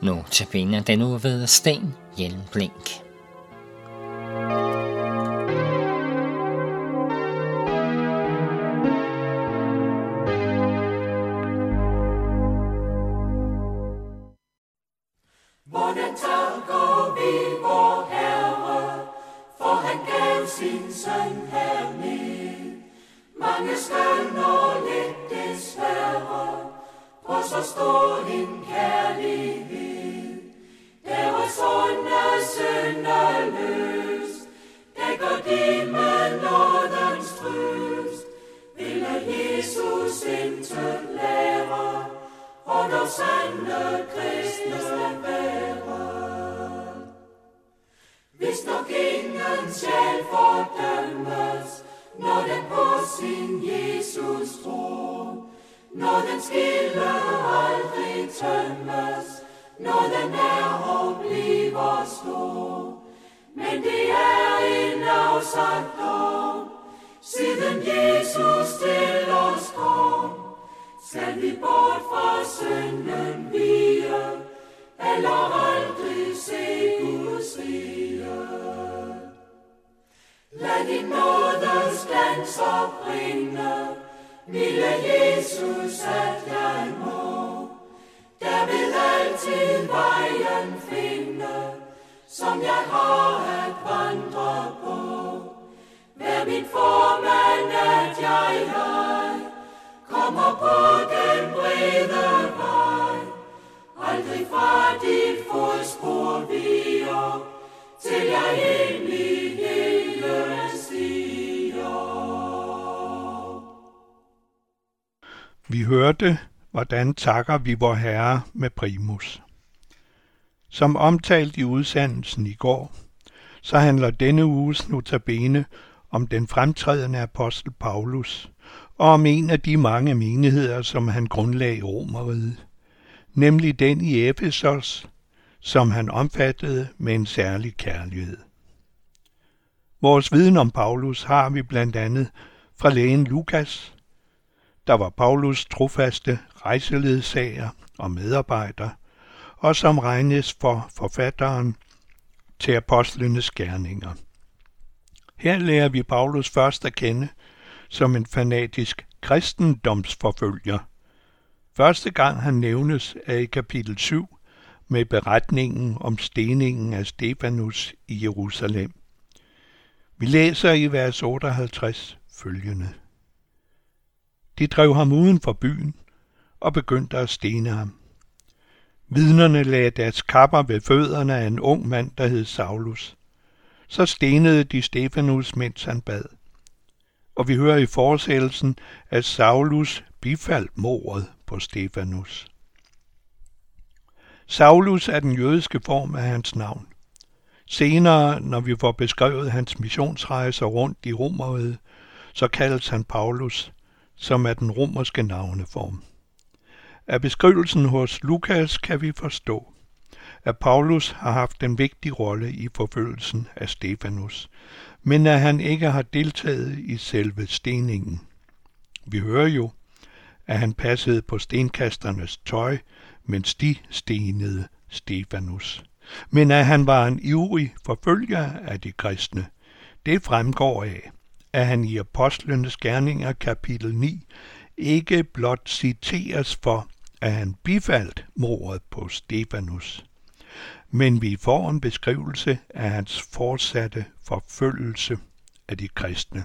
Notabene den uge ved Sten Hjelmblink. Hvordan takker vi vor Herre, for han gav sin søn herned. Mange skønner lidt desværre, på så stor en kærlighed. Deres onde synderløst, dækker de med nådens trøst. Ville Jesus intet lære, og dog sande kristne være. Hvis nok ingen sjæl fordømmes, når den på sin Jesus tror, når den skille aldrig tømmes, når den er og bliver stor. Men det er en afsagt dom, siden Jesus til os kom. Skal vi bort fra synden vie, eller aldrig se Guds rige? Lad din nådes glans opringe, milde Jesus, at jeg må derved altid vejen finde, som jeg har at vandre på. Vær mit formand, at jeg kommer på den brede vej, aldrig fra dit fodspor viger, til jeg ind i himlen stiger. Vi hørte, hvordan takker vi vor Herre med primus. Som omtalt i udsendelsen i går, så handler denne uges notabene om den fremtrædende apostel Paulus, og om en af de mange menigheder, som han grundlagde i Romerriget, nemlig den i Efesos, som han omfattede med en særlig kærlighed. Vores viden om Paulus har vi blandt andet fra lægen Lukas, der var Paulus trofaste rejseledsager og medarbejder, og som regnes for forfatteren til apostlenes gerninger. Her lærer vi Paulus først at kende som en fanatisk kristendomsforfølger. Første gang han nævnes er i kapitel 7 med beretningen om steningen af Stefanus i Jerusalem. Vi læser i vers 58 følgende. De drev ham uden for byen og begyndte at stene ham. Vidnerne lagde deres kapper ved fødderne af en ung mand, der hed Saulus. Så stenede de Stefanus, mens han bad. Og vi hører i fortsættelsen, at Saulus bifaldt mordet på Stefanus. Saulus er den jødiske form af hans navn. Senere, når vi får beskrevet hans missionsrejser rundt i Romerriget, så kaldes han Paulus, som er den romerske navneform. Af beskrivelsen hos Lukas kan vi forstå, at Paulus har haft en vigtig rolle i forfølgelsen af Stefanus, men at han ikke har deltaget i selve steningen. Vi hører jo, at han passede på stenkasternes tøj, mens de stenede Stefanus. Men at han var en ivrig forfølger af de kristne, det fremgår af, at han i Apostlenes Gerninger kapitel 9 ikke blot citeres for, at han bifaldt mordet på Stefanus, men vi får en beskrivelse af hans fortsatte forfølgelse af de kristne.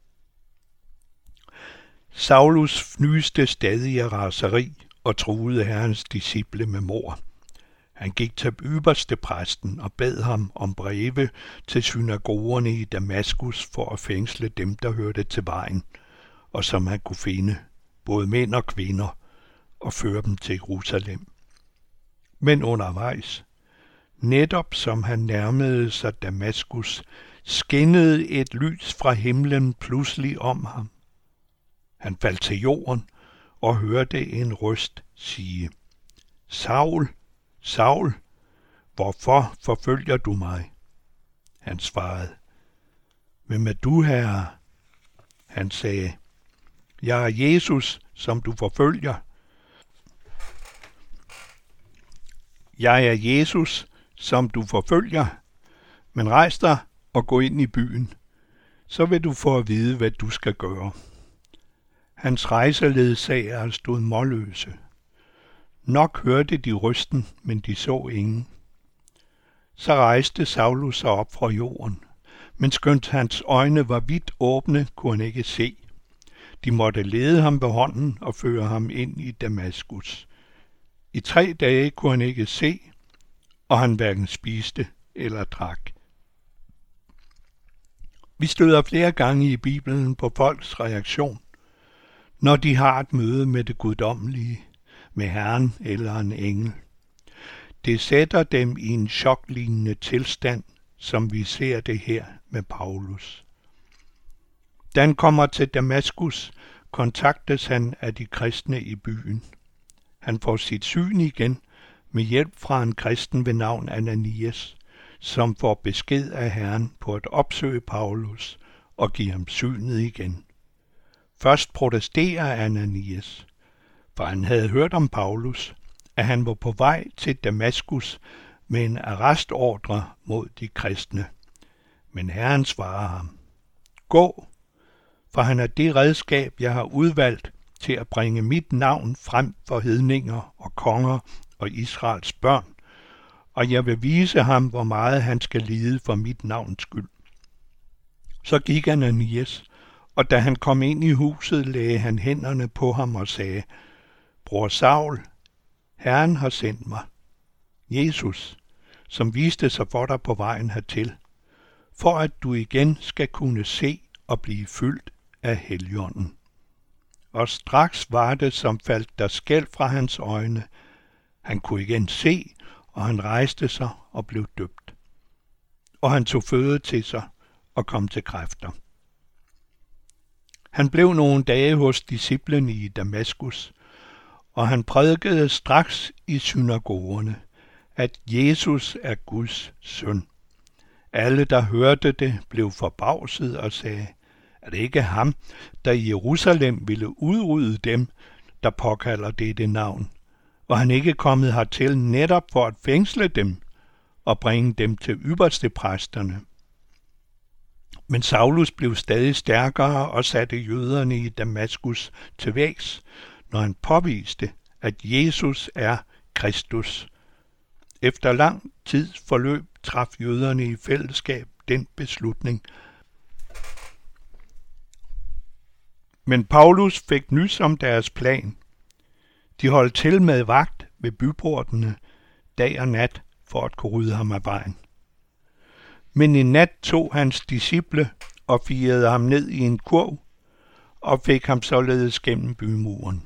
Saulus fnyste stadig af raseri og truede Herrens disciple med mord. Han gik til ypperste præsten og bad ham om breve til synagogerne i Damaskus for at fængsle dem, der hørte til vejen, og som han kunne finde, både mænd og kvinder, og føre dem til Jerusalem. Men undervejs, netop som han nærmede sig Damaskus, skinnede et lys fra himlen pludselig om ham. Han faldt til jorden og hørte en røst sige, Saul, Saul, hvorfor forfølger du mig? Han svarede, hvem er du, Herre? Han sagde, jeg er Jesus, som du forfølger. jeg er Jesus, som du forfølger, men rejs dig og gå ind i byen, så vil du få at vide, hvad du skal gøre. Hans rejseledsagere stod målløse. Nok hørte de røsten, men de så ingen. Så rejste Saulus sig op fra jorden, men skønt hans øjne var vidt åbne, kunne han ikke se. De måtte lede ham ved hånden og føre ham ind i Damaskus. I 3 dage kunne han ikke se, og han hverken spiste eller drak. Vi støder flere gange i Bibelen på folks reaktion, når de har et møde med det guddommelige, med Herren eller en engel. Det sætter dem i en choklignende tilstand, som vi ser det her med Paulus. Da han kommer til Damaskus, kontaktes han af de kristne i byen. Han får sit syn igen med hjælp fra en kristen ved navn Ananias, som får besked af Herren på at opsøge Paulus og give ham synet igen. Først protesterer Ananias, for han havde hørt om Paulus, at han var på vej til Damaskus med en arrestordre mod de kristne. Men Herren svarer ham: gå, for han er det redskab, jeg har udvalgt til at bringe mit navn frem for hedninger og konger og Israels børn, og jeg vil vise ham, hvor meget han skal lide for mit navns skyld. Så gik Ananias, og da han kom ind i huset, lagde han hænderne på ham og sagde: bror Saul, Herren har sendt mig, Jesus, som viste sig for dig på vejen hertil, for at du igen skal kunne se og blive fyldt af Helligånden. Og straks var det, som faldt der skæld fra hans øjne. Han kunne igen se, og han rejste sig og blev døbt. Og han tog føde til sig og kom til kræfter. Han blev nogle dage hos disciplene i Damaskus, og han prædikede straks i synagogerne, at Jesus er Guds søn. Alle, der hørte det, blev forbavset og sagde: er det ikke ham, der i Jerusalem ville udrydde dem, der påkalder dette navn, og han ikke kommet hertil netop for at fængsle dem og bringe dem til ypperstepræsterne? Men Saulus blev stadig stærkere og satte jøderne i Damaskus til vægs, når han påviste, at Jesus er Kristus. Efter lang tids forløb traf jøderne i fællesskab den beslutning. Men Paulus fik nys om deres plan. De holdt til med vagt ved byportene dag og nat for at kunne rydde ham af vejen. Men en nat tog hans disciple og firede ham ned i en kurv og fik ham således gennem bymuren.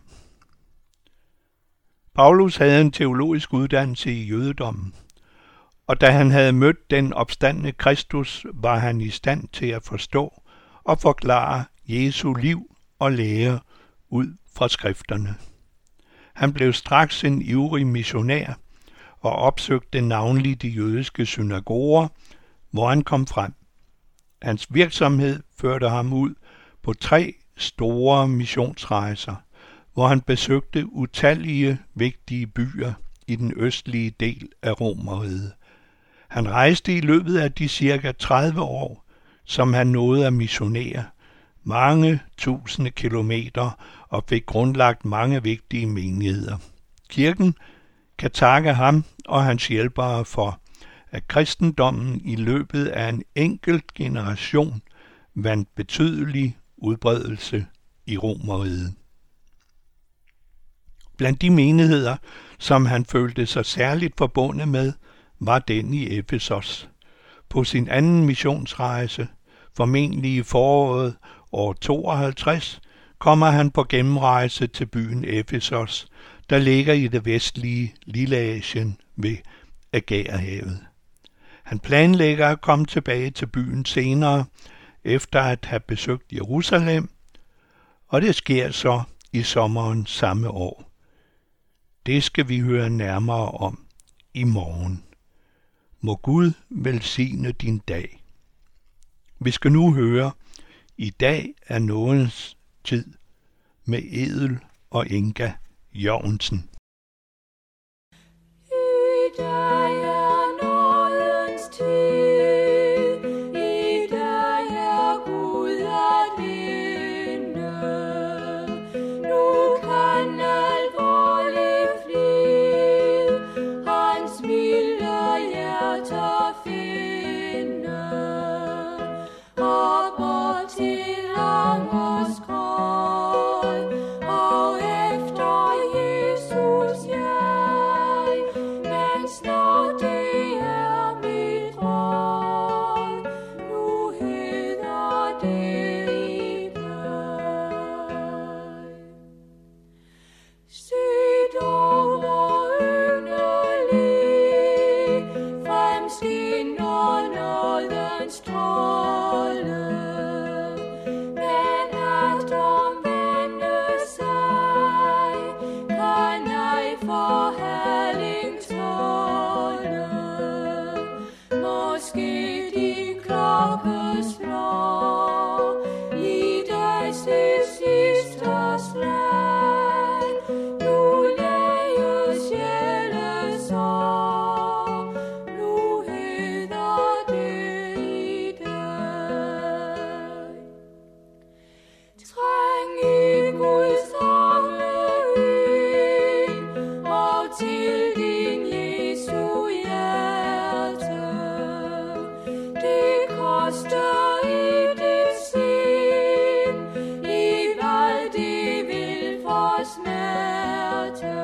Paulus havde en teologisk uddannelse i jødedommen, og da han havde mødt den opstandne Kristus, var han i stand til at forstå og forklare Jesu liv og lære ud fra skrifterne. Han blev straks en ivrig missionær og opsøgte navnlig de jødiske synagoger, hvor han kom frem. Hans virksomhed førte ham ud på 3 store missionsrejser, hvor han besøgte utallige vigtige byer i den østlige del af Romerriget. Han rejste i løbet af de cirka 30 år, som han nåede at missionere, mange tusinde kilometer og fik grundlagt mange vigtige menigheder. Kirken kan takke ham og hans hjælpere for, at kristendommen i løbet af en enkelt generation vandt betydelig udbredelse i Romerriget. Blandt de menigheder, som han følte sig særligt forbundet med, var den i Efesos. På sin anden missionsrejse, formentlig i foråret år 52, kommer han på gennemrejse til byen Efesos, der ligger i det vestlige Lilleasien ved Ægæerhavet. Han planlægger at komme tilbage til byen senere, efter at have besøgt Jerusalem, og det sker så i sommeren samme år. Det skal vi høre nærmere om i morgen. Må Gud velsigne din dag. Vi skal nu høre I dag er nådens tid med Edel og Inga Jørgensen. I dag slår i deres sidste slag. Nu læger sjælesår, nu hedder det i dag. Træng i Guds arme ind, og til din Jesu hjerte. Det koster i dit sind, i hvad det vil for smerte.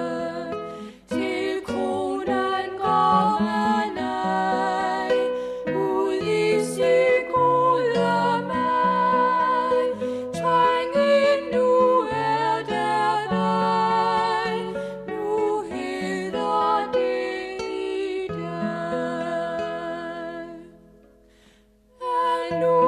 Til kronen går man ej, ud i sit gode mag. Træng ind, nu er der vej, nu hedder det i dag. Nu